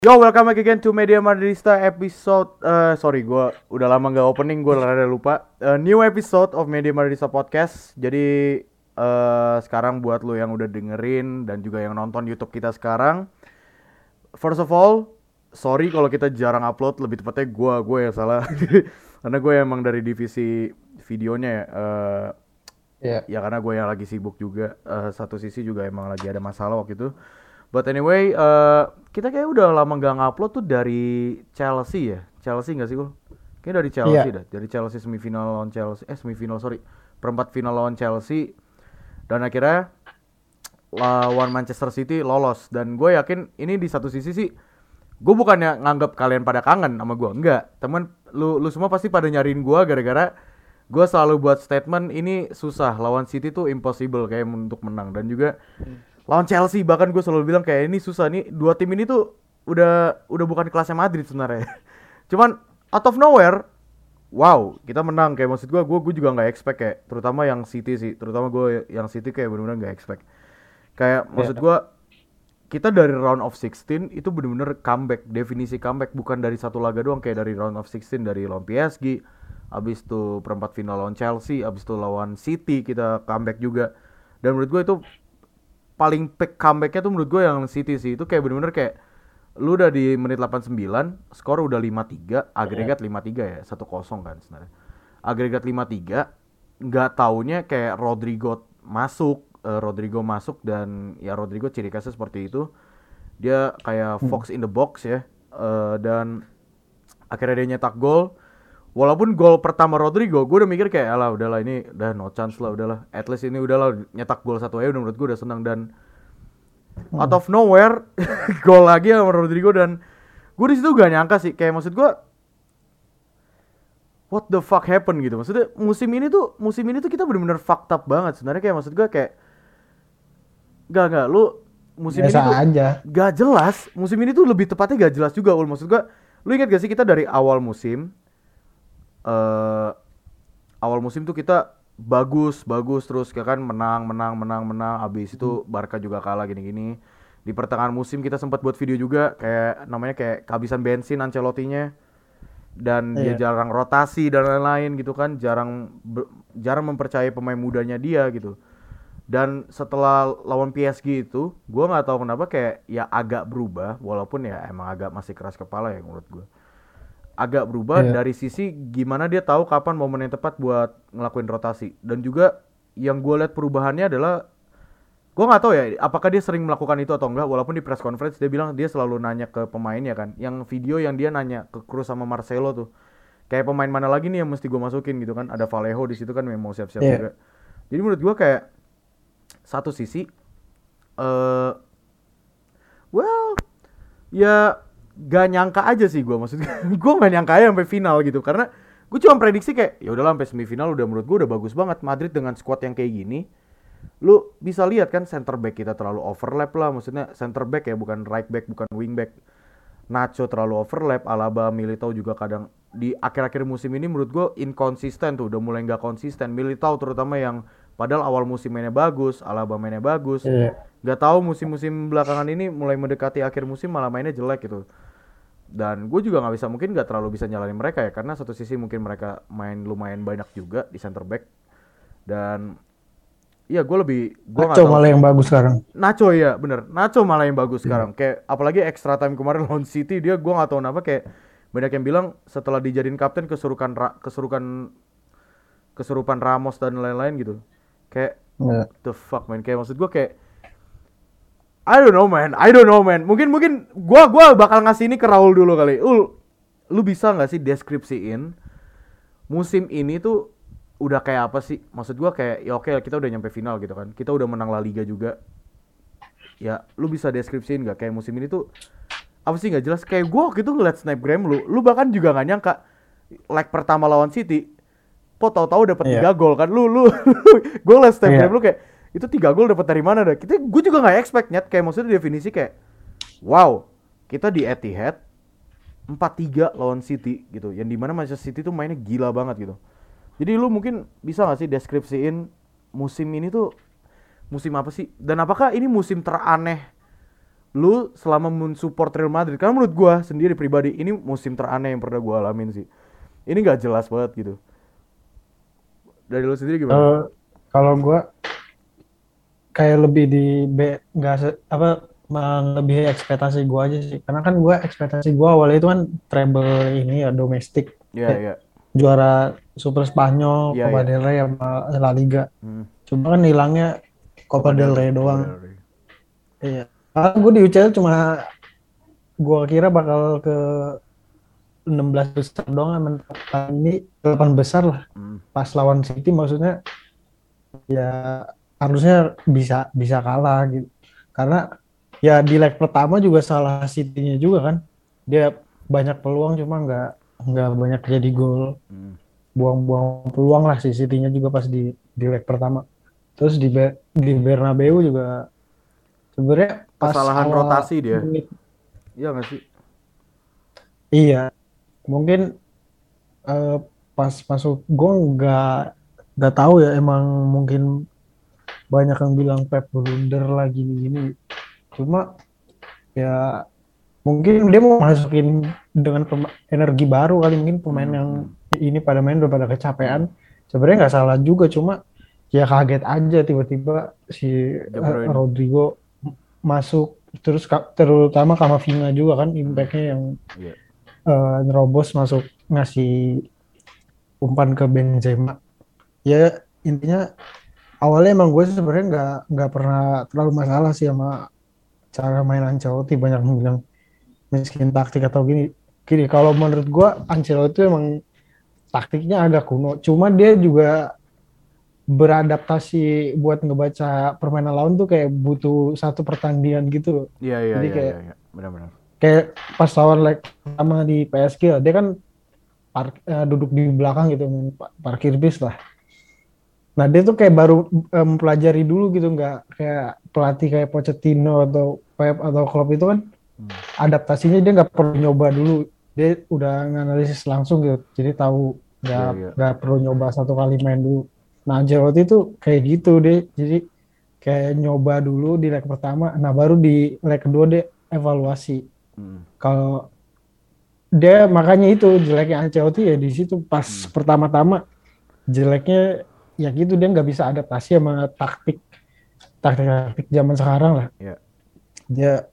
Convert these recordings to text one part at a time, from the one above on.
Yo, welcome back again to Media Madridista episode. Sorry, gue udah lama nggak opening, gue rada lupa. New episode of Media Madridista podcast. Jadi sekarang buat lo yang udah dengerin dan juga yang nonton YouTube kita sekarang, first of all, sorry kalau kita jarang upload. Lebih tepatnya gue yang salah, karena gue emang dari divisi videonya ya. Ya karena gue yang lagi sibuk juga. Satu sisi juga emang lagi ada masalah waktu itu. But anyway, kita kayak udah lama gak ngupload tuh dari Chelsea ya. Chelsea gak sih, Gul? Kayaknya dari Chelsea dah. Dari Chelsea semifinal lawan Chelsea. Perempat final lawan Chelsea. Dan akhirnya lawan Manchester City lolos. Dan gue yakin ini di satu sisi sih, gue bukannya nganggap kalian pada kangen sama gue. Enggak. Temen, lu semua pasti pada nyariin gue gara-gara gue selalu buat statement ini susah. Lawan City tuh impossible kayak untuk menang. Dan juga lawan Chelsea bahkan gue selalu bilang kayak ini susah nih, dua tim ini tuh udah bukan kelasnya Madrid sebenarnya. Cuman out of nowhere, wow, kita menang. Kayak maksud gue juga nggak expect, kayak terutama yang City sih, terutama gue yang City kayak benar-benar nggak expect. Kayak maksud gue kita dari round of 16 itu benar-benar comeback, definisi comeback, bukan dari satu laga doang. Kayak dari round of 16 dari lawan PSG, abis itu perempat final lawan Chelsea, abis itu lawan City kita comeback juga. Dan menurut gue itu paling peak comebacknya tuh menurut gue yang City sih. Itu kayak bener-bener kayak lu udah di menit 89, skor udah 5-3, agregat 5-3 ya, 1-0 kan sebenarnya. Agregat 5-3, nggak taunya kayak Rodrigo masuk dan ya Rodrigo ciri khasnya seperti itu. Dia kayak fox in the box ya. Dan akhirnya dia nyetak gol. Walaupun gol pertama Rodrigo, gue udah mikir kayak alah udahlah ini udah no chance lah, udahlah. At least ini udahlah nyetak gol satu aja udah, menurut gue udah senang. Dan out of nowhere gol lagi sama Rodrigo. Dan gue di situ gak nyangka sih, kayak maksud gue what the fuck happen gitu. Maksudnya musim ini tuh kita bener-bener fucked up banget sebenarnya. Kayak maksud gue kayak gak lu musim Biasa ini tuh aja. gak jelas. Musim ini tuh lebih tepatnya gak jelas juga. Maksud gue, lu ingat gak sih kita dari awal musim tuh kita bagus terus kayak kan menang, abis itu Barca juga kalah gini-gini. Di pertengahan musim kita sempat buat video juga kayak namanya kayak kehabisan bensin Ancelotti-nya, dan dia jarang rotasi dan lain-lain gitu kan, jarang mempercayai pemain mudanya dia gitu. Dan setelah lawan PSG itu gue nggak tahu kenapa kayak ya agak berubah, walaupun ya emang agak masih keras kepala ya menurut gue. Agak berubah dari sisi gimana dia tahu kapan momen yang tepat buat ngelakuin rotasi. Dan juga yang gue lihat perubahannya adalah, gue nggak tahu ya apakah dia sering melakukan itu atau enggak. Walaupun di press conference dia bilang dia selalu nanya ke pemainnya kan. Yang video yang dia nanya ke Kroos sama Marcelo tuh, kayak pemain mana lagi nih yang mesti gue masukin gitu kan. Ada Vallejo di situ kan yang mau siap-siap juga. Jadi menurut gue kayak satu sisi well ya gak nyangka aja sih gue, maksudnya gue gak nyangka aja sampai final gitu. Karena gue cuma prediksi kayak ya udahlah sampai semifinal udah, menurut gue udah bagus banget Madrid dengan squad yang kayak gini. Lu bisa lihat kan center back kita terlalu overlap lah, maksudnya center back ya, bukan right back, bukan wing back. Nacho terlalu overlap, Alaba, Militao juga kadang di akhir-akhir musim ini menurut gue inkonsisten tuh, udah mulai nggak konsisten. Militao terutama yang padahal awal musim mainnya bagus, Alaba mainnya bagus. Nggak tahu musim-musim belakangan ini mulai mendekati akhir musim malah mainnya jelek gitu. Dan gue juga nggak terlalu bisa nyalain mereka ya, karena satu sisi mungkin mereka main lumayan banyak juga di center back. Dan iya gue nggak Nacho tahu malah sih. yang bagus sekarang. Nacho ya bener, Nacho malah yang bagus sekarang. Kayak apalagi extra time kemarin lawan City, dia gue nggak tahu kenapa kayak banyak yang bilang setelah dijadiin kapten kesurupan Ramos dan lain-lain gitu. Kayak the fuck man, kayak maksud gue kayak I don't know man. Mungkin gua bakal ngasih ini ke Raul dulu kali. Lu bisa nggak sih deskripsiin musim ini tuh udah kayak apa sih? Maksud gua kayak ya oke kita udah nyampe final gitu kan. Kita udah menang La Liga juga. Ya, lu bisa deskripsiin nggak kayak musim ini tuh apa sih nggak jelas? Kayak gua waktu itu ngeliat snapgram lu bahkan juga nggak nyangka leg pertama lawan City, kok tahu-tahu dapat 3 gol kan? Gue ngeliat snapgram lu kayak itu 3 gol dapat dari mana dah? Gue juga nggak expect nyet, kayak maksudnya definisi kayak wow, kita di Etihad 4-3 lawan City gitu. Yang dimana Manchester City tuh mainnya gila banget gitu. Jadi lu mungkin bisa gak sih deskripsiin musim ini tuh musim apa sih? Dan apakah ini musim teraneh lu selama mensupport Real Madrid, karena menurut gua sendiri pribadi ini musim teraneh yang pernah gua alamin sih. Ini nggak jelas banget gitu. Dari lu sendiri gimana? Eh, Kalau gue kayak lebih di nggak apa melebihi ekspektasi gue aja sih, karena kan gue ekspektasi gue awalnya itu kan treble ini ya domestik, Iya, kayak iya. juara Super Spanyol, Iya, Copa iya. del Rey sama La Liga. Hmm. Cuma kan hilangnya Copa Copa del del Rey Rey, Copa doang. del Rey. Iya. Karena gue di UCL cuma gue kira bakal ke 16 besar doang, mentok ini 8 besar lah. Hmm. Pas lawan City maksudnya ya harusnya bisa bisa kalah gitu. Karena ya di leg pertama juga salah City-nya juga kan. Dia banyak peluang cuma nggak banyak jadi gol. Hmm. Buang-buang peluang lah si City-nya juga pas di leg pertama. Terus di Bernabeu juga sebenarnya pas Kesalahan awal rotasi dia. menit Iya nggak sih? iya mungkin eh, pas masuk gue nggak tahu ya, emang mungkin banyak yang bilang Pep blunder lagi gini. Cuma ya mungkin dia mau masukin dengan energi baru kali, mungkin pemain Hmm. yang Hmm. ini pada main udah pada Hmm. kecapean. Sebenarnya nggak salah juga, cuma ya kaget aja tiba-tiba si De Bruyne. Rodrigo masuk, terus terutama Kamavinga juga kan Hmm. impactnya yang Iya. nerobos masuk ngasih umpan ke Benzema. Ya intinya awalnya emang gue sebenarnya nggak pernah terlalu masalah sih sama cara main Ancelotti. Banyak yang bilang miskin taktik atau gini. Gini, kalau menurut gue Ancelotti emang taktiknya agak kuno. Cuma dia juga beradaptasi buat ngebaca permainan lawan tuh kayak butuh satu pertandingan gitu. Iya, iya, Jadi iya, kayak iya, iya. Benar-benar. kayak pas lawan leg pertama di PSG lah, dia kan duduk di belakang gitu, parkir bis lah. Nah dia tuh kayak baru mempelajari dulu gitu, nggak kayak pelatih kayak Pochettino atau Pep atau Klopp itu kan Hmm. adaptasinya dia nggak perlu nyoba dulu, dia udah nganalisis langsung gitu, jadi tahu nggak Iya, iya. nggak perlu nyoba satu kali main dulu. Nah Ancelotti itu kayak gitu deh, jadi kayak nyoba dulu di leg pertama, nah baru di leg kedua dia evaluasi. Hmm. Kalau dia makanya itu jeleknya Ancelotti ya di situ pas Hmm. pertama-tama, jeleknya ya gitu dia nggak bisa adaptasi sama taktik zaman sekarang lah. Iya. Dia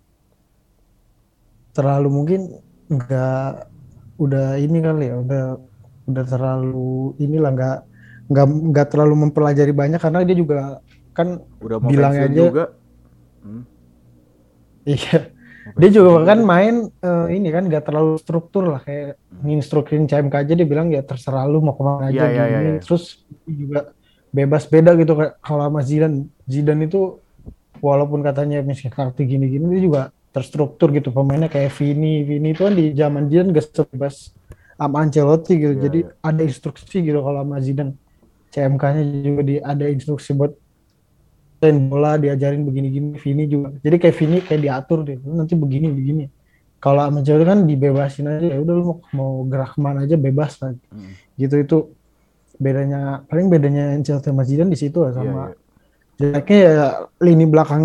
terlalu mungkin nggak udah ini kali ya, udah terlalu inilah, nggak terlalu mempelajari banyak karena dia juga kan Udah mau bilangnya pensiun aja. juga. Hmm. Iya, Mau dia pensiun juga juga kan dia. main ini kan nggak terlalu struktur lah, kayak Hmm. nginstrukin CMK aja dia bilang ya terserah lu mau kemana Iya, aja iya, iya, gini, iya. terus juga bebas beda gitu kayak kalau sama Zidane. Zidane itu walaupun katanya miskin taktik gini-gini, dia juga terstruktur gitu pemainnya, kayak Vini itu kan di zaman Zidane gak sebebas sama Ancelotti gitu, Iya, jadi iya. ada instruksi gitu. Kalau sama Zidane CMK-nya juga ada instruksi buat main bola, diajarin begini-gini. Vini juga jadi kayak Vini kayak diatur deh, "Lu nanti begini-begini." Kalau sama Ancelotti kan dibebasin aja, ya udah lu mau gerak kemana aja bebas lah Hmm. gitu. Itu bedanya, paling bedanya Ancelotti sama Zidane di situ lah. Iya, Sama iya. jeleknya ya lini belakang,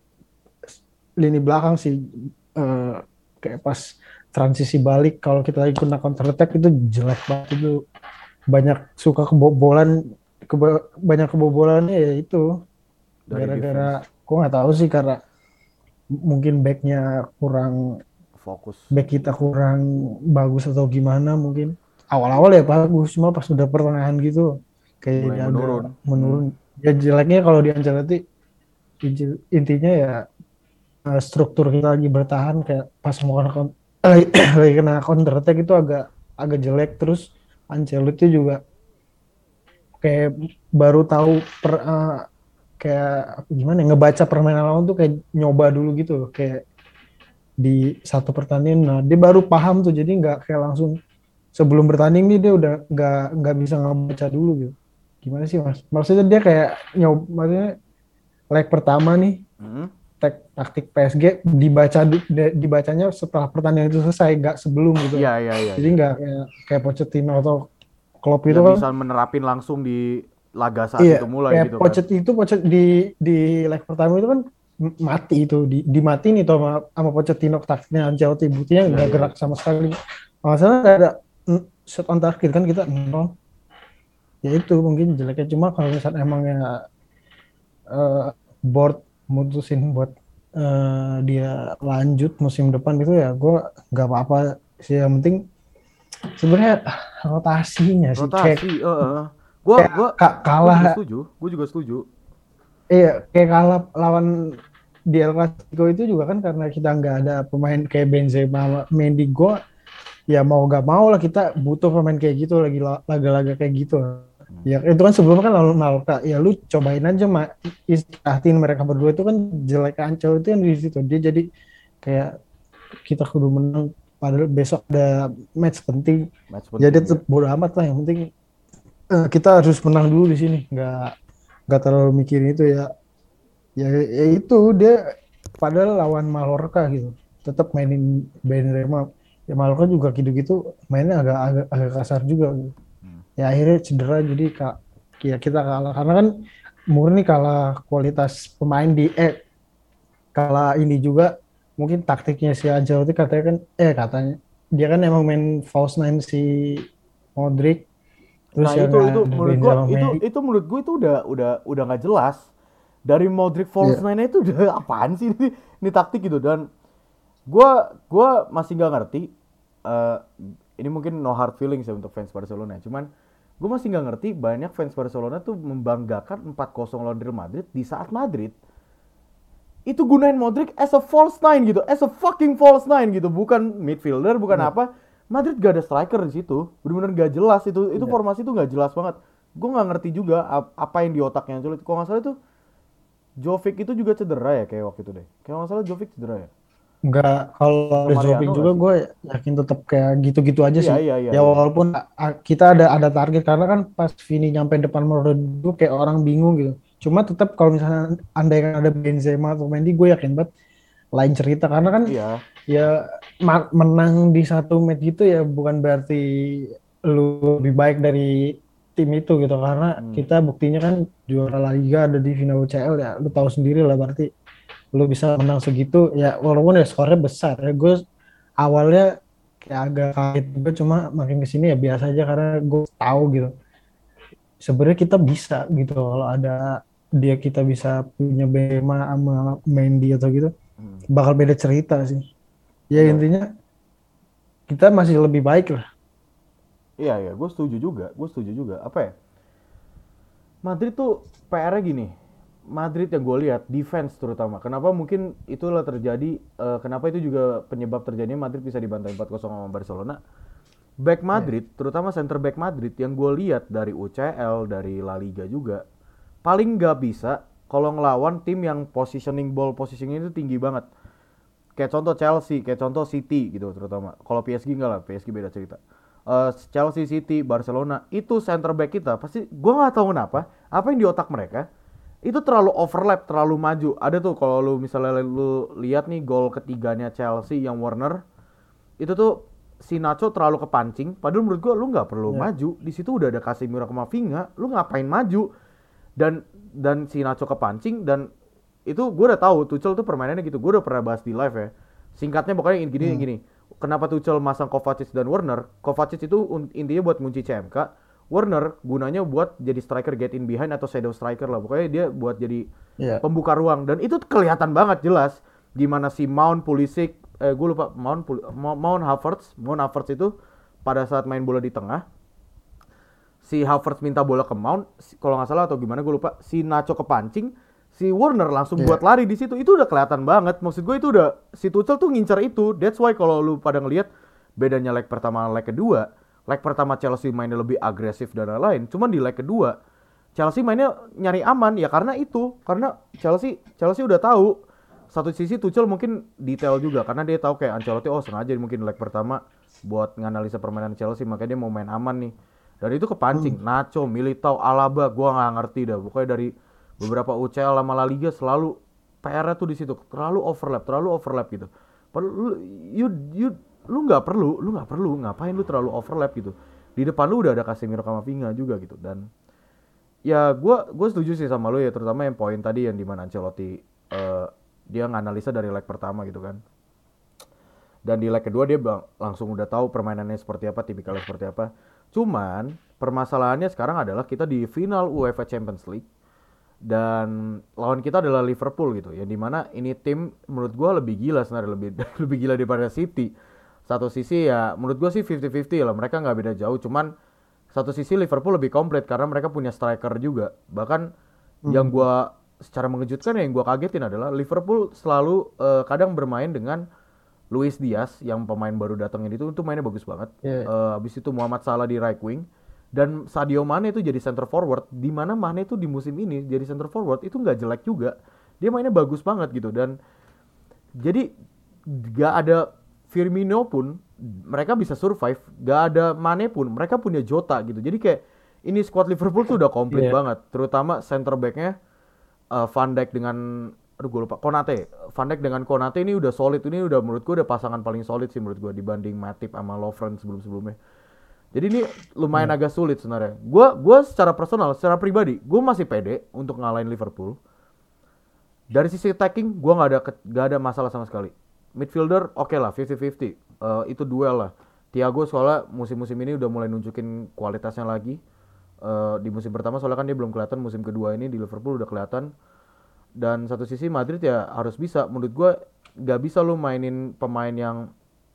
sih eh, kayak pas transisi balik kalau kita lagi kena counter attack itu jelek banget itu. Banyak suka kebobolan, banyak kebobolannya ya itu Dari defense. gara-gara gua nggak tahu sih, karena mungkin backnya kurang, Fokus. back kita kurang bagus atau gimana. Mungkin awal-awal ya bagus, cuma pas udah pertengahan gitu Mulai kayaknya agak menurun. Hmm. menurun. Ya jeleknya kalau di Ancelotti intinya ya struktur kita lagi bertahan, kayak pas mau kena lagi kena counter attack itu agak agak jelek. Terus Ancelotti juga kayak baru tahu kayak gimana ya, ngebaca permainan lawan tuh kayak nyoba dulu gitu loh, kayak di satu pertandingan. Nah dia baru paham tuh, jadi nggak kayak langsung sebelum bertanding nih dia udah nggak bisa ngebaca dulu gitu. Gimana sih mas? Maksudnya dia kayak maksudnya leg pertama nih, Hmm. taktik PSG dibacanya setelah pertandingan itu selesai, nggak sebelum gitu. Iya, iya, iya, Jadi iya. nggak kayak Pochettino atau Klopp itu Nggak kan. bisa menerapin langsung di laga saat Iya, itu mulai kayak gitu kan. Pochet di leg pertama itu kan mati itu dimatiin itu sama Pochettino taktiknya Ancelotti, buktinya nggak Iya. gerak sama sekali. Masalah nggak ada shot on target kan, kita nol. Ya itu mungkin jeleknya, cuma kalau misalnya emang ya board mutusin buat dia lanjut musim depan itu, ya gue nggak apa-apa sih. Yang penting sebenarnya rotasinya sih, kayak Rotasi, gua gua juga kalah. setuju, gua juga setuju. Iya, kayak kalah lawan di El Clasico itu juga kan karena kita nggak ada pemain kayak Benzema, Mendy. Gue ya mau gak mau lah, kita butuh pemain kayak gitu lagi, laga-laga kayak gitu. Ya itu kan sebelumnya kan lalu Malta, ya lu cobain aja istirahatin mereka berdua. Itu kan jelek Ancel itu yang di situ, dia jadi kayak kita kudu menang padahal besok ada match penting. Match Jadi penting ya. tetap bodo amat lah, yang penting kita harus menang dulu di sini, nggak terlalu mikirin itu ya. Ya itu dia padahal lawan Mallorca gitu tetap mainin Benrema. Ya Mallorca juga gitu-gitu mainnya agak kasar juga gitu. Ya akhirnya cedera, jadi ya kita kalah karena kan murni kalah kualitas pemain kalah ini juga. Mungkin taktiknya si Ancelotti katanya kan, katanya dia kan emang main false nine si Modric, terus Nah, yang itu ada menurut gua Benzema, Mendy. itu menurut gua itu udah nggak jelas. Dari Modric false Ya, nine itu udah apaan sih ini taktik gitu. Dan gua masih nggak ngerti. eh ini mungkin no hard feelings ya untuk fans Barcelona, cuman gue masih nggak ngerti banyak fans Barcelona tuh membanggakan 4-0 lawan Real Madrid di saat Madrid itu gunain Modric as a false nine gitu, as a fucking false nine gitu, bukan midfielder, bukan ya, apa. Madrid gak ada striker di situ, benar-benar gak jelas itu ya. formasi itu gak jelas banget. Gue nggak ngerti juga apa yang di otaknya Ancelotti. Kalau nggak salah itu Jovic itu juga cedera ya kayak waktu itu deh. Kayak nggak salah Jovic cedera ya. Enggak, kalau Atau ada Mariano Jovic nggak juga sih? gue yakin tetap kayak gitu-gitu aja Iya sih. iya iya Ya iya. walaupun kita ada target, karena kan pas Vini nyampe depan Rodrigo kayak orang bingung gitu. Cuma tetap kalau misalnya andai kan ada Benzema atau Mendy, gue yakin banget lain cerita, karena kan Iya. ya menang di satu match gitu ya bukan berarti lu lebih baik dari tim itu gitu, karena Hmm. kita buktinya kan juara La Liga, ada di final UCL, ya lu tahu sendiri lah, berarti lu bisa menang segitu ya, walaupun ya skornya besar ya. Gue awalnya kayak agak kaget juga, cuma makin kesini ya biasa aja, karena gue tahu gitu sebenarnya kita bisa gitu. Kalau ada dia, kita bisa punya Bema sama Mendy atau gitu, Hmm. bakal beda cerita sih. Ya Iya. intinya kita masih lebih baik lah. Iya iya, gue setuju juga. Gue setuju juga. Apa ya? Madrid tuh PR-nya gini. Madrid yang gue lihat defense terutama. Kenapa mungkin itulah terjadi? Kenapa itu juga penyebab terjadinya Madrid bisa dibantai 4-0 sama Barcelona? Back Ya, Madrid, terutama center back Madrid yang gue lihat dari UCL, dari La Liga juga, paling nggak bisa kalau ngelawan tim yang positioning itu tinggi banget. Kayak contoh Chelsea, kayak contoh City gitu terutama. Kalau PSG enggak lah, PSG beda cerita. Chelsea, City, Barcelona itu center back kita pasti gue nggak tahu kenapa apa yang di otak mereka itu terlalu overlap, terlalu maju. Ada tuh kalau lu misalnya lu lihat nih gol ketiganya Chelsea yang Werner itu tuh si Nacho terlalu kepancing. Padahal menurut gue lu nggak perlu ya, maju. Di situ udah ada Casemiro sama Vinga, lu ngapain maju? Dan si Nacho kepancing dan itu gue udah tahu Tuchel tuh permainannya gitu. Gue udah pernah bahas di live ya. Singkatnya pokoknya gini hmm, gini. Kenapa Tuchel masang Kovacic dan Werner? Kovacic itu intinya buat ngunci CMK. Werner gunanya buat jadi striker get in behind atau shadow striker lah. Pokoknya dia buat jadi ya, pembuka ruang dan itu kelihatan banget jelas gimana si Mount Pulisic gue lupa Mount Havertz itu pada saat main bola di tengah si Havertz minta bola ke Mount kalau nggak salah atau gimana gue lupa si Nacho kepancing si Werner langsung buat ya, lari di situ itu udah kelihatan banget maksud gue itu udah si Tuchel tuh ngincer itu that's why kalau lu pada ngelihat bedanya leg pertama leg kedua leg pertama Chelsea mainnya lebih agresif dan lain-lain cuman di leg kedua Chelsea mainnya nyari aman ya karena Chelsea udah tahu satu sisi Tuchel mungkin detail juga karena dia tahu kayak Ancelotti sengaja mungkin leg pertama buat nganalisa permainan Chelsea makanya dia mau main aman nih dan itu kepancing hmm, Nacho, Militao, Alaba gua nggak ngerti dah pokoknya dari beberapa UCL sama La Liga selalu PR-nya tuh di situ terlalu overlap gitu. Padahal you, you, lu nggak perlu ngapain lu terlalu overlap gitu. Di depan lu udah ada Casemiro sama Vinga juga gitu dan ya gue setuju sih sama lu ya terutama yang poin tadi yang dimana Ancelotti Dia nganalisa dari leg pertama gitu kan. Dan di leg kedua dia langsung udah tahu permainannya seperti apa, tipikalnya seperti apa. Cuman permasalahannya sekarang adalah kita di final UEFA Champions League dan lawan kita adalah Liverpool gitu. Yang dimana ini tim menurut gue lebih gila sebenarnya, lebih lebih gila daripada City. Satu sisi ya menurut gue sih 50-50 lah, mereka nggak beda jauh. Cuman satu sisi Liverpool lebih komplit karena mereka punya striker juga. Bahkan yang gue secara mengejutkan yang gue kagetin adalah Liverpool selalu kadang bermain dengan Luis Diaz yang pemain baru datangin itu mainnya bagus banget. Habis itu Muhammad Salah di right wing dan Sadio Mane itu jadi center forward. Di mana Mane itu di musim ini jadi center forward itu nggak jelek juga. Dia mainnya bagus banget gitu dan jadi nggak ada Firmino pun mereka bisa survive. Nggak ada Mane pun mereka punya Jota gitu. Jadi kayak ini squad Liverpool tuh udah komplit banget. Terutama center backnya Van Dijk dengan gue lupa Konate. Van Dijk dengan Konate ini udah solid, ini udah menurut gue udah pasangan paling solid sih menurut gue dibanding Matip sama Lovren sebelum-sebelumnya. Jadi ini lumayan agak sulit sebenarnya. Gue secara personal, secara pribadi, gue masih pede untuk ngalahin Liverpool. Dari sisi attacking, gue nggak ada masalah sama sekali. Midfielder oke lah, 50-50. Itu duel lah. Thiago soalnya musim-musim ini udah mulai nunjukin kualitasnya lagi. Di musim pertama soalnya kan dia belum kelihatan, musim kedua ini di Liverpool udah kelihatan. Dan satu sisi Madrid ya harus bisa, menurut gue nggak bisa lu mainin pemain yang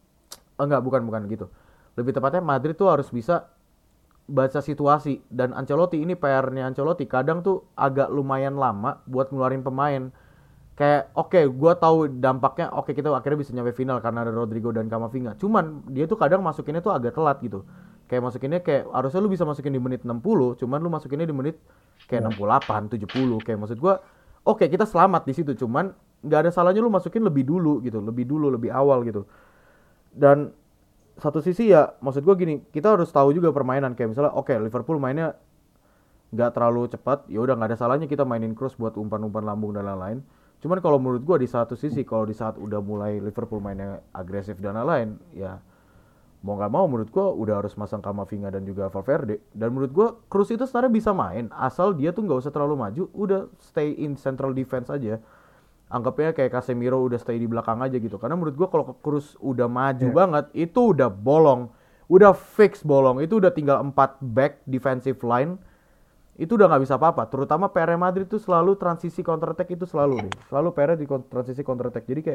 bukan gitu. Lebih tepatnya Madrid tuh harus bisa baca situasi dan Ancelotti ini PR-nya Ancelotti kadang tuh agak lumayan lama buat ngeluarin pemain. Kayak gue tahu dampaknya kita akhirnya bisa nyampe final karena ada Rodrigo dan Camavinga. Cuman dia tuh kadang masukinnya tuh agak telat gitu. Kayak masukinnya kayak harusnya lu bisa masukin di menit 60, cuman lu masukinnya di menit kayak 68, 70. Kayak maksud gue kita selamat di situ, cuman nggak ada salahnya lu masukin lebih dulu, lebih awal gitu. Dan satu sisi ya, maksud gue gini, kita harus tahu juga permainan kayak misalnya, Liverpool mainnya nggak terlalu cepat, ya udah nggak ada salahnya kita mainin cross buat umpan-umpan lambung dan lain-lain. Cuman kalau menurut gue di satu sisi, kalau di saat udah mulai Liverpool mainnya agresif dan lain-lain, ya mau nggak mau menurut gue udah harus masang Camavinga dan juga Valverde. Dan menurut gue Kroos itu sebenarnya bisa main asal dia tuh nggak usah terlalu maju, udah stay in central defense aja. Anggapnya kayak Casemiro udah stay di belakang aja gitu. Karena menurut gue kalau Kroos udah maju banget itu udah bolong, udah fix bolong. Itu udah tinggal 4 back defensive line. Itu udah nggak bisa apa-apa. Terutama PR Madrid tuh selalu transisi counter attack itu selalu PR di transisi counter attack. Jadi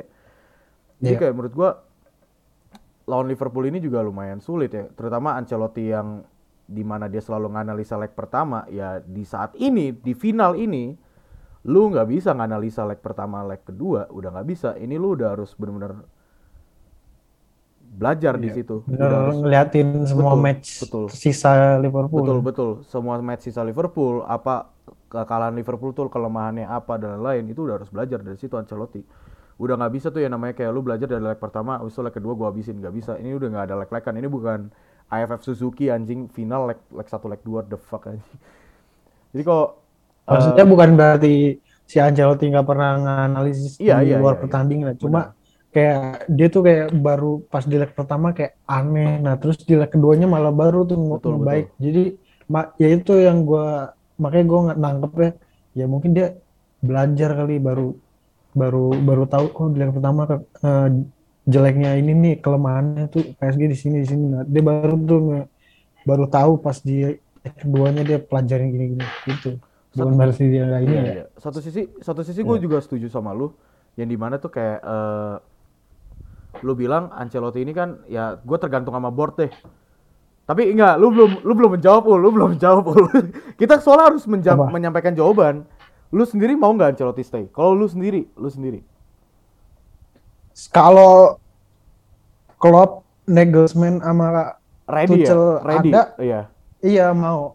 kayak menurut gue lawan Liverpool ini juga lumayan sulit ya, terutama Ancelotti yang dimana dia selalu nganalisa leg pertama, ya di saat ini, di final ini, lu nggak bisa nganalisa leg pertama, leg kedua, udah nggak bisa. Ini lu udah harus benar-benar belajar di situ. Udah harus ngeliatin semua match sisa Liverpool. Betul, semua match sisa Liverpool, apa kekalahan Liverpool tuh kelemahannya apa dan lain-lain, itu udah harus belajar dari situ Ancelotti. Udah nggak bisa tuh ya namanya kayak lu belajar dari leg pertama, habis itu leg kedua gua habisin, nggak bisa. Ini udah nggak ada leg-legan, ini bukan AFF Suzuki anjing final leg 1 leg 2 the fuck anjing. Jadi kok maksudnya bukan berarti si Ancelotti nggak pernah nganalisis di luar pertandingan, cuma kayak dia tuh kayak baru pas di leg pertama kayak aneh, nah terus di leg keduanya malah baru tuh baik. Jadi ya itu yang makanya gue nggak nangkep ya mungkin dia belajar kali baru tahu di leg pertama jeleknya ini nih, kelemahannya tuh PSG di sini. Nah, dia baru tahu pas di keduanya dia pelajarin gini gitu. Bukan berarti dia ini ya. Satu sisi gue juga setuju sama lu yang dimana tuh kayak lu bilang Ancelotti ini kan ya gue tergantung sama board deh. Tapi enggak, lu belum menjawab. Kita soalnya harus menyampaikan jawaban. Lu sendiri mau nggak Ancelotti stay? Kalau lu sendiri. Kalau Klopp, Nagelsmann sama Tuchel ada, iya mau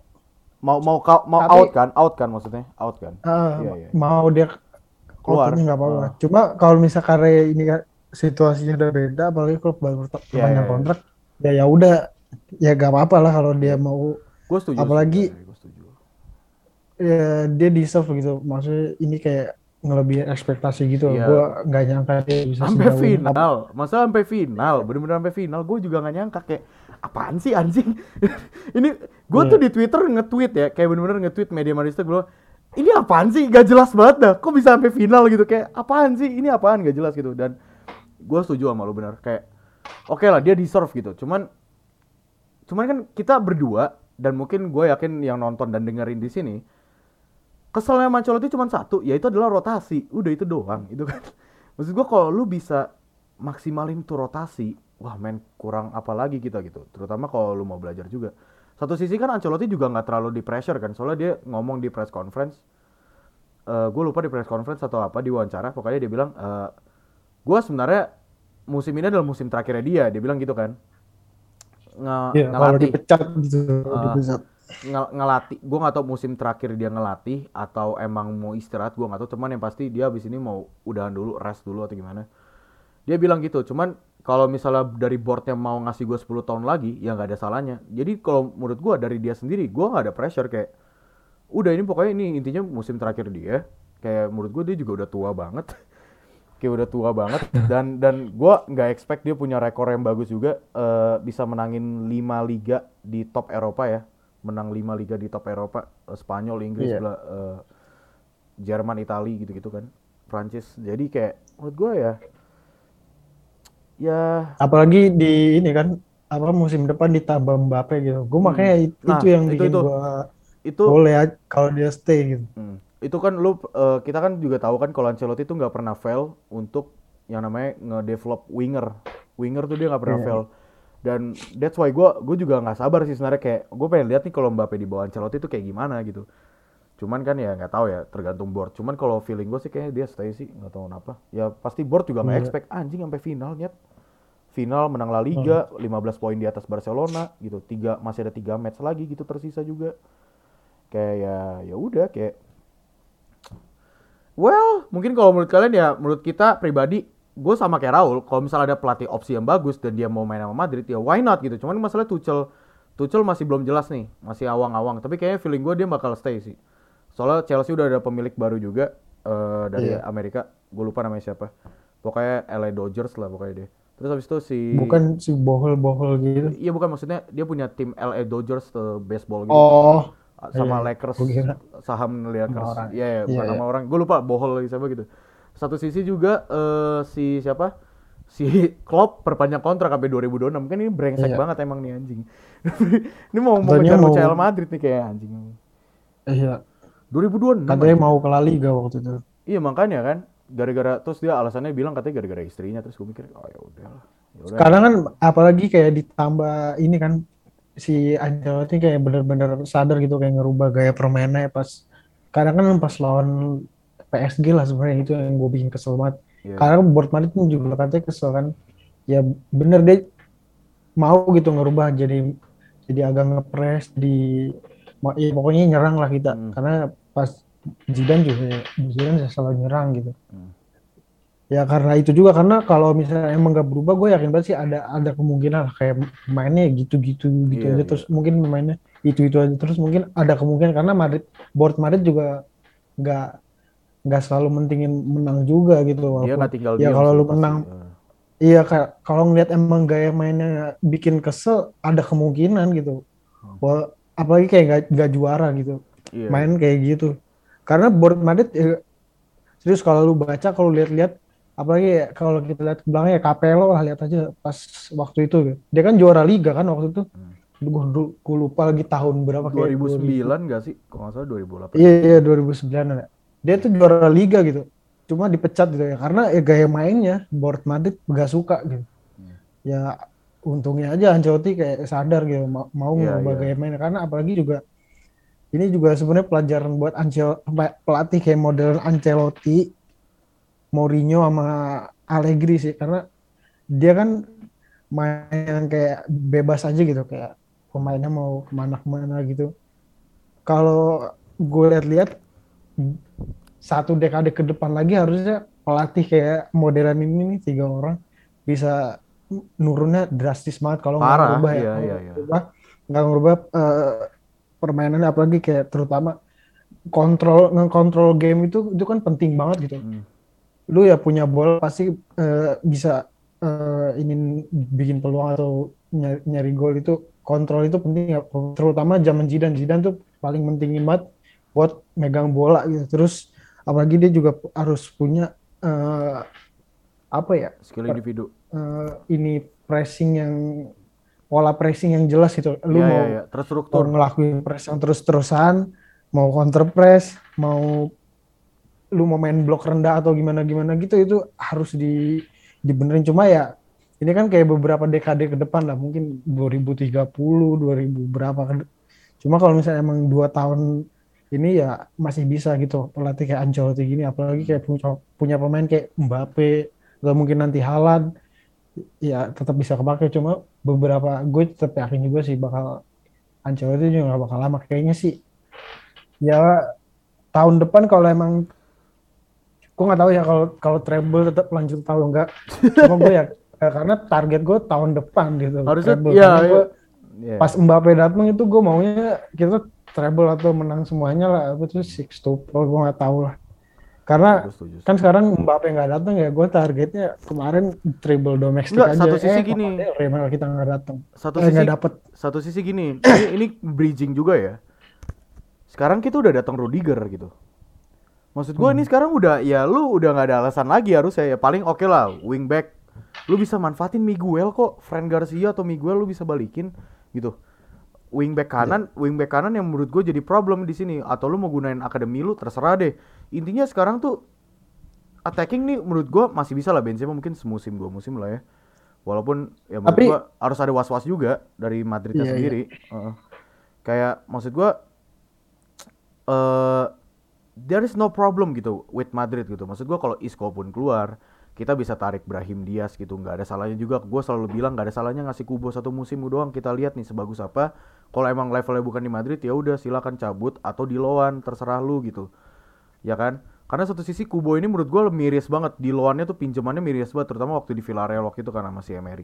out kan maksudnya, out kan? Mau dia keluar nggak apa-apa. Cuma kalau misalkan ini situasinya udah beda, apalagi Klopp baru perpanjang kontrak, ya udah, ya nggak apa-apa lah kalau dia mau. Gue setuju. Apalagi ya, dia deserve gitu, maksudnya ini kayak ngelebihin ekspektasi gitu. Gue nggak nyangka dia bisa sampai final, sampai final, bener-bener sampai final. Gue juga nggak nyangka, kayak apaan sih anjing. Ini gue tuh di Twitter nge-tweet ya, kayak bener-bener nge-tweet Media Madrid gue ini apaan sih, gak jelas banget dah, kok bisa sampai final gitu, kayak apaan sih, ini apaan, gak jelas gitu. Dan gue setuju sama lu benar, kayak oke lah dia deserve gitu, cuman kan kita berdua dan mungkin gue yakin yang nonton dan dengerin di sini, keselnya Ancelotti cuma satu, yaitu adalah rotasi. Udah itu doang, itu kan. Maksud gue kalau lu bisa maksimalin tuh rotasi, wah men kurang apa lagi kita gitu. Terutama kalau lu mau belajar juga. Satu sisi kan Ancelotti juga nggak terlalu di pressure kan, soalnya dia ngomong di press conference. Gue lupa di press conference atau apa di wawancara, pokoknya dia bilang, gue sebenarnya musim ini adalah musim terakhirnya dia bilang gitu kan. Iya, kalau Ngelatih, dipecat gitu, eh, dipecat. ngelatih, gue nggak tahu musim terakhir dia ngelatih atau emang mau istirahat, gue nggak tahu, cuman yang pasti dia abis ini mau udahan dulu, rest dulu atau gimana, dia bilang gitu. Cuman kalau misalnya dari boardnya mau ngasih gue 10 tahun lagi ya nggak ada salahnya. Jadi kalau menurut gue dari dia sendiri gue nggak ada pressure, kayak udah ini pokoknya ini intinya musim terakhir dia, kayak menurut gue dia juga udah tua banget. Kayak udah tua banget, dan gue nggak expect dia punya rekor yang bagus juga, bisa menangin 5 liga di top Eropa ya, menang 5 liga di top Eropa, Spanyol, Inggris, Iya. Jerman, Itali gitu-gitu kan, Prancis. Jadi kayak menurut gue ya, ya Apalagi di ini kan apa musim depan ditambah Mbappe gitu. Gue hmm. makanya Nah itu yang itu bikin itu gue itu boleh kalau dia stay gitu. itu kan lu, kita kan juga tahu kan kalau Ancelotti itu nggak pernah fail untuk yang namanya nge-develop winger. Winger tuh dia nggak pernah Iya. fail. Dan that's why gue juga nggak sabar sih sebenarnya, kayak gue pengen lihat nih kalau Mbappe di bawah Ancelotti itu kayak gimana gitu. Cuman kan ya nggak tahu ya, tergantung board. Cuman kalau feeling gue sih kayaknya dia stay sih, nggak tahu kenapa. Ya pasti board juga nggak Iya. expect anjing sampai final nyet. Final menang La Hmm. Liga, 15 poin di atas Barcelona gitu. Masih ada 3 match lagi gitu tersisa juga. Kayak ya udah kayak, well, mungkin kalau menurut kalian ya, menurut kita pribadi, gue sama kayak Raul, kalau misalnya ada pelatih opsi yang bagus dan dia mau main sama Madrid, ya why not gitu. Cuman masalah Tuchel masih belum jelas nih, masih awang-awang. Tapi kayaknya feeling gue dia bakal stay sih. Soalnya Chelsea udah ada pemilik baru juga, dari Iya. Amerika, gue lupa namanya siapa. Pokoknya LA Dodgers lah pokoknya dia. Terus habis itu Bukan si bohol-bohol gitu. iya bukan, maksudnya dia punya tim LA Dodgers, baseball gitu, Oh, iya, sama iya. Lakers, Gue kira saham sama Lakers. orang. Iya, Iya, bukan iya. nama orang, gue lupa, bohol lagi siapa gitu. Satu sisi juga, si siapa, si Klopp perpanjang kontrak sampai 2026. Kan ini brengsek Iya. banget emang nih anjing. Ini mau Katanya ngejar mau, Real Madrid nih kayak anjing. iya, 2026 katanya anjing. mau ke La Liga waktu itu. Iya makanya kan, gara-gara, terus dia alasannya bilang katanya gara-gara istrinya. Terus gue mikir, oh ya udahlah, ya udah Sekarang emang. kan apalagi kayak ditambah ini kan si Ancelotti kayak bener-bener sadar gitu kayak ngerubah gaya permainannya pas kadang kan pas lawan PSG lah sebenarnya itu yang gue bikin kesel banget. Iya, iya. Karena board Madrid pun juga katanya kesel kan. Ya bener deh mau gitu ngerubah jadi agak ngepres di ya pokoknya nyerang lah kita Hmm, karena pas Zidane selalu nyerang gitu. hmm. Ya karena itu juga karena kalau misalnya emang nggak berubah gue yakin banget sih ada kemungkinan lah kayak mainnya gitu-gitu gitu Iya, aja iya. terus mungkin mainnya itu aja terus mungkin ada kemungkinan karena board Madrid juga nggak nggak selalu mentingin menang juga gitu Dia walaupun nggak tinggal ya diem kalau sih lu pasti. menang iya kayak kalau ngeliat emang gaya mainnya bikin kesel ada kemungkinan gitu. Wah, apalagi kayak nggak juara gitu Iya, main iya. kayak gitu karena board Madrid serius kalau lu baca kalau lihat-lihat apalagi ya, kalau kita lihat ke belakang ya Capello lah lihat aja pas waktu itu gitu. Dia kan juara liga kan waktu itu. Gue lupa lagi tahun berapa kayak 2000. 2009 nggak sih? Kalau nggak salah 2008 Iya deh. iya 2009 ya. Dia tuh juara liga gitu. Cuma dipecat gitu ya karena ya gaya mainnya Board Madrid gak suka gitu. Ya untungnya aja Ancelotti kayak sadar gitu mau Iya, ngerubah iya. gaya mainnya karena apalagi juga ini juga sebenarnya pelajaran buat pelatih kayak model Ancelotti, Mourinho sama Allegri sih karena dia kan main kayak bebas aja gitu kayak pemainnya mau kemana-kemana gitu. Kalau gue lihat-lihat satu dekade ke depan lagi harusnya pelatih kayak modern ini nih tiga orang bisa nurunnya drastis banget kalau nggak Parah, ngerubah ya iya, kalau iya, iya. nggak ngerubah permainannya apalagi kayak terutama ngekontrol game itu kan penting banget gitu Hmm. lu ya punya bola pasti bisa ingin bikin peluang atau nyari gol itu kontrol itu penting ya terutama zaman Zidane tuh paling pentingin banget buat megang bola gitu. Terus apalagi dia juga harus punya apa ya? Skill individu. Ini pressing yang pola pressing yang jelas gitu. Lu Iya, iya, mau iya. mau Terstruktur. ngelakuin press yang terus-terusan, mau counter press, mau lu mau main blok rendah atau gimana gimana gitu itu harus dibenerin. Cuma ya ini kan kayak beberapa dekade ke depan lah, mungkin 2030 2000 berapa kan. Cuma kalau misalnya emang 2 tahun ini ya masih bisa gitu pelatih kayak Ancelotti gini, apalagi kayak punya pemain kayak Mbappe atau mungkin nanti Haaland ya tetap bisa kepake. Cuma beberapa gue tetap yakin juga sih bakal Ancelotti juga gak bakal lama kayaknya sih. Ya tahun depan kalau emang gue nggak tahu ya kalau kalau treble tetap lanjut atau enggak. Cuma gue ya karena target gue tahun depan gitu Harusnya treble, ya, karena ya. gue Iya. pas Mbappe datang itu gue maunya kita treble atau menang semuanya lah, apa tuh six tuple gue nggak tahu lah. Karena Gue setuju, kan setuju. sekarang Mbappe nggak datang ya gue targetnya kemarin treble domestik Enggak, aja. satu sisi Copa gini. del Rey malah kita nggak datang, Satu sisi nggak dapet. satu sisi gini. Ini bridging juga ya. Sekarang kita udah datang Rudiger gitu. Maksud gue ini sekarang udah ya lu udah nggak ada alasan lagi harus ya paling oke lah wingback lu bisa manfaatin Miguel kok, Fran Garcia atau Miguel lu bisa balikin gitu. Wingback kanan yang menurut gue jadi problem di sini, atau lu mau gunain akademi lu terserah deh. Intinya sekarang tuh attacking nih menurut gue masih bisa lah, Benzema mungkin semusim 2 musim lah ya. Walaupun ya menurut Tapi gue harus ada was-was juga dari Madridnya iya iya. sendiri. Kayak maksud gue eh there is no problem gitu with Madrid gitu. Maksud gue kalau Isco pun keluar, kita bisa tarik Brahim Diaz gitu. Nggak ada salahnya juga. Gue selalu bilang nggak ada salahnya ngasih Kubo 1 musim doang. Kita lihat nih sebagus apa. Kalau emang levelnya bukan di Madrid ya udah silakan cabut atau di loan terserah lu gitu. Ya kan? Karena satu sisi Kubo ini menurut gue miris banget. Di loannya tuh pinjamannya miris banget. Terutama waktu di Villarreal waktu itu karena masih Emery.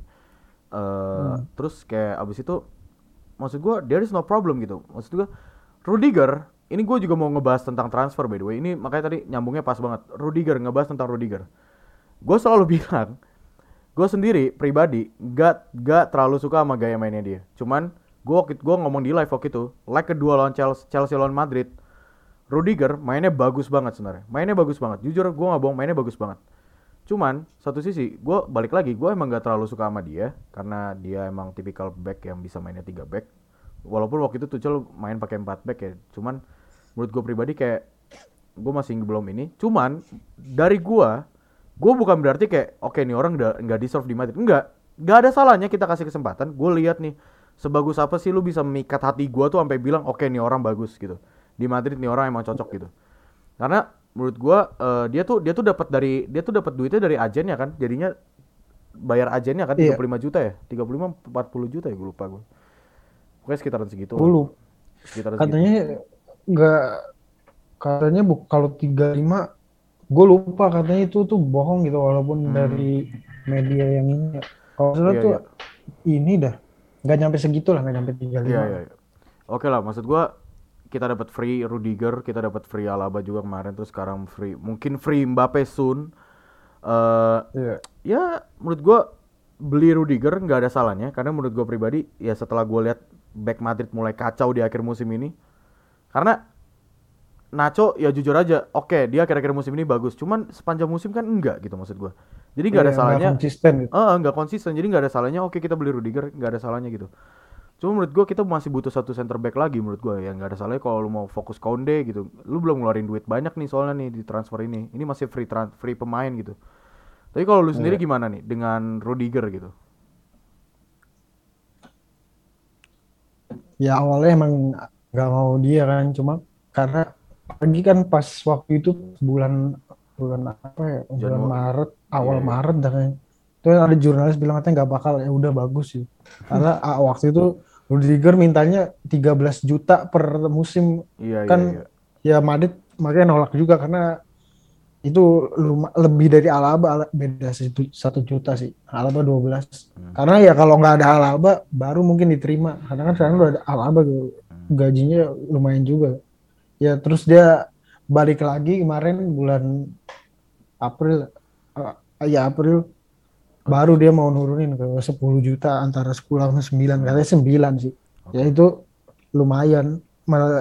Terus kayak abis itu maksud gue there is no problem gitu. Maksud gue Rudiger, ini gue juga mau ngebahas tentang transfer by the way. Ini makanya tadi nyambungnya pas banget. Rudiger, ngebahas tentang Rudiger. Gue selalu bilang, gue sendiri pribadi gak terlalu suka sama gaya mainnya dia. Cuman gue ngomong di live waktu itu, leg kedua lawan Chelsea lawan Madrid, Rudiger mainnya bagus banget sebenarnya. Mainnya bagus banget. Jujur gue nggak bohong, mainnya bagus banget. Cuman satu sisi gue balik lagi, gue emang gak terlalu suka sama dia karena dia emang tipikal back yang bisa mainnya 3 back. Walaupun waktu itu Tuchel main pakai 4 back ya. Cuman menurut gue pribadi kayak gue masih belum ini. Cuman dari gue bukan berarti kayak oke nih orang udah nggak deserve di Madrid. Nggak ada salahnya kita kasih kesempatan. Gue lihat nih sebagus apa sih lu bisa memikat hati gue tuh sampai bilang oke nih orang bagus gitu. Di Madrid nih orang emang cocok gitu. Karena menurut gue dia tuh dapat duitnya dari agennya kan. Jadinya bayar agennya kan Iya. 35 juta ya, 35 40 juta ya gue lupa gue. Pokoknya sekitaran segitu lah. Dulu Sekitaran segitu. katanya nggak, katanya kalau 35 gue lupa, katanya itu tuh bohong gitu walaupun dari media yang ini ya. Kalau salah Iya, tuh iya. ini dah nggak nyampe segitu lah, nggak nyampe Iya, 35 iya, lah. iya. Oke lah, maksud gua kita dapat free Rudiger, kita dapat free Alaba juga kemarin, terus sekarang free mungkin free Mbappe soon. Eh Iya. ya menurut gua beli Rudiger nggak ada salahnya karena menurut gua pribadi ya setelah gua lihat back Madrid mulai kacau di akhir musim ini. Karena Nacho ya jujur aja, oke dia akhir-akhir musim ini bagus, cuman sepanjang musim kan enggak gitu maksud gua. Jadi nggak ada Iya, nggak salahnya, konsisten gitu. nggak konsisten, jadi nggak ada salahnya. Oke kita beli Rudiger, nggak ada salahnya gitu. Cuma menurut gue kita masih butuh satu center back lagi menurut gue ya, nggak ada salahnya kalau lu mau fokus Konde gitu. Lu belum ngeluarin duit banyak nih soalnya nih di transfer ini. Ini masih free pemain gitu. Tapi kalau lu sendiri Iya. gimana nih dengan Rudiger gitu? Ya awalnya emang nggak mau dia kan, cuma karena lagi kan pas waktu itu bulan bulan apa ya, bulan Januari. Maret, Iya, awal iya. Maret dan itu ada jurnalis bilang katanya nggak bakal, ya udah bagus sih karena waktu itu Rudiger mintanya 13 juta per musim Iya, iya, kan. iya. Ya Madrid makanya nolak juga karena itu lebih dari Alaba, beda 1 juta sih, Alaba 12. Karena ya kalau nggak ada Alaba baru mungkin diterima, karena kan sekarang udah ada Alaba gitu, gajinya lumayan juga ya. Terus dia balik lagi kemarin bulan April, ya April baru dia mau nurunin ke 10 juta, antara 10 sama 9, katanya 9 sih ya. Itu lumayan, malah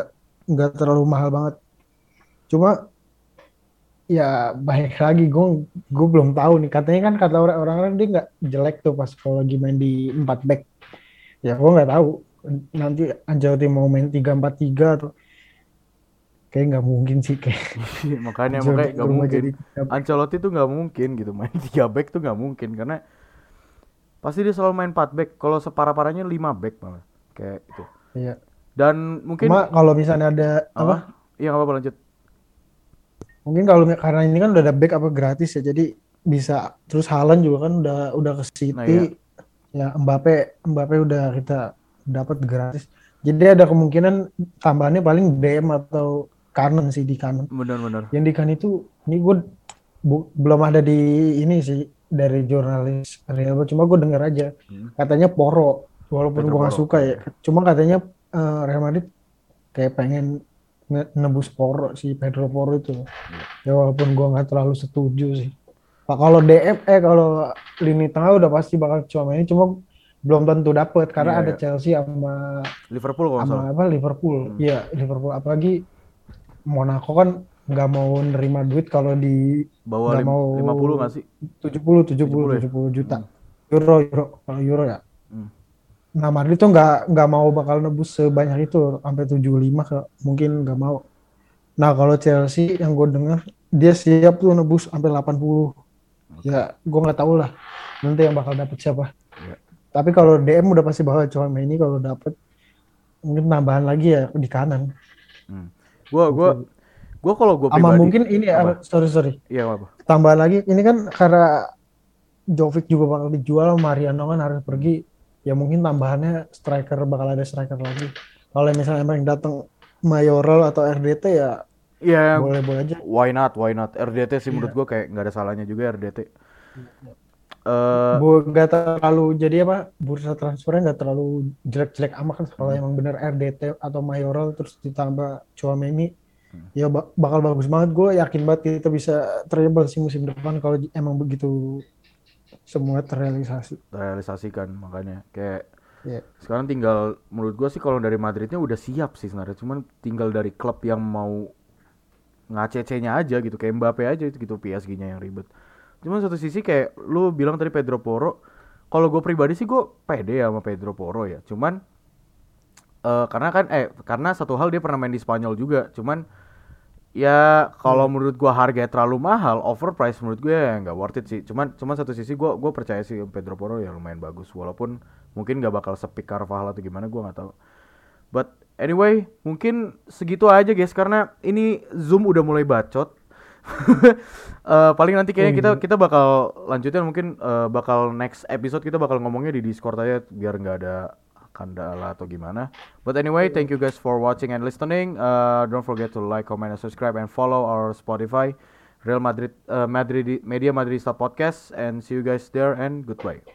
nggak terlalu mahal banget. Cuma ya baik lagi gue belum tahu nih, katanya kan kata orang-orang dia nggak jelek tuh pas kalau lagi main di 4 back. Ya gue nggak tahu nanti Ancelotti mau main 3-4-3 atau kayak nggak mungkin sih kayak makanya Ancelotti nggak berubah mungkin. jadi 3 back. Ancelotti tuh nggak mungkin gitu main 3 back tuh nggak mungkin karena pasti dia selalu main 4 back. Kalau separah-parahnya 5 back malah kayak itu. Iya. Dan Cuma mungkin kalau misalnya ada apa? iya nggak apa-apa lanjut. Mungkin kalau karena ini kan udah ada back apa gratis ya, jadi bisa. Terus Haaland juga kan udah ke Nah ya, City, ya Mbappe udah kita dapat gratis. Jadi ada kemungkinan tambahannya paling DM atau kanan sih di kanan. benar-benar. Yang di kanan itu ini gue belum ada di ini sih dari jurnalis Real, cuma gue denger aja katanya Poro, walaupun Pedro gue nggak Porro. suka ya, cuma katanya Real Madrid kayak pengen nebus Poro, si Pedro Poro itu. Ya walaupun gua nggak terlalu setuju sih. Pak kalau DM kalau lini tengah udah pasti bakal cuma ini, cuma belum tentu dapet karena Iya ada ya. Chelsea sama Liverpool kalau nggak sama salah. apa Liverpool. Iya, Liverpool apalagi Monaco kan nggak mau nerima duit kalau di Bawa nggak mau 50 nggak sih? 70 70 70 ya? 70 juta euro kalau euro ya. Hmm. Nah, Madrid tuh nggak mau bakal nebus sebanyak itu sampai 75 mungkin nggak mau. Nah, kalau Chelsea yang gue dengar dia siap tuh nebus sampai 80. Ya, gue nggak tahu lah nanti yang bakal dapet siapa. Iya. Tapi kalau DM udah pasti bakal cuma ini kalau dapet mungkin tambahan lagi ya di kanan. Gua kalau gue Sama pribadi mungkin ini apa? sorry. Iya apa? Tambahan lagi ini kan karena Jovic juga bakal dijual, Mariano kan harus pergi. Ya mungkin tambahannya bakal ada striker lagi. Kalau misalnya emang datang Mayoral atau RDT ya Iya, boleh-boleh aja. why not? RDT sih menurut Iya. gue kayak nggak ada salahnya juga RDT. Nggak terlalu jadi apa, bursa transfernya nggak terlalu jelek-jelek amat kan kalau emang bener RDT atau Mayoral terus ditambah Chouameni ya bakal bagus banget. Gue yakin banget kita bisa treble sih musim depan kalau emang begitu semua Realisasikan makanya kayak ya. sekarang tinggal menurut gue sih kalau dari Madridnya udah siap sih sebenarnya, cuman tinggal dari klub yang mau ngacc-nya aja gitu, kayak Mbappe aja gitu PSG-nya yang ribet. Cuman satu sisi kayak lu bilang tadi Pedro Porro, kalau gue pribadi sih gue pede ya sama Pedro Porro ya. Cuman karena satu hal dia pernah main di Spanyol juga. Cuman ya kalau menurut gua harganya terlalu mahal, overpriced menurut gue ya nggak worth it sih. Cuman satu sisi gua percaya sih Pedro Porro ya lumayan bagus, walaupun mungkin nggak bakal sepik Carvajal atau gimana gua nggak tahu. But anyway, mungkin segitu aja guys karena ini Zoom udah mulai bacot. Paling nanti kayaknya kita bakal lanjutin mungkin bakal next episode kita bakal ngomongnya di Discord aja biar nggak ada kendala atau gimana. But anyway, thank you guys for watching and listening. Don't forget to like, comment, and subscribe and follow our Spotify Real Madrid Media Madridista podcast and see you guys there and goodbye.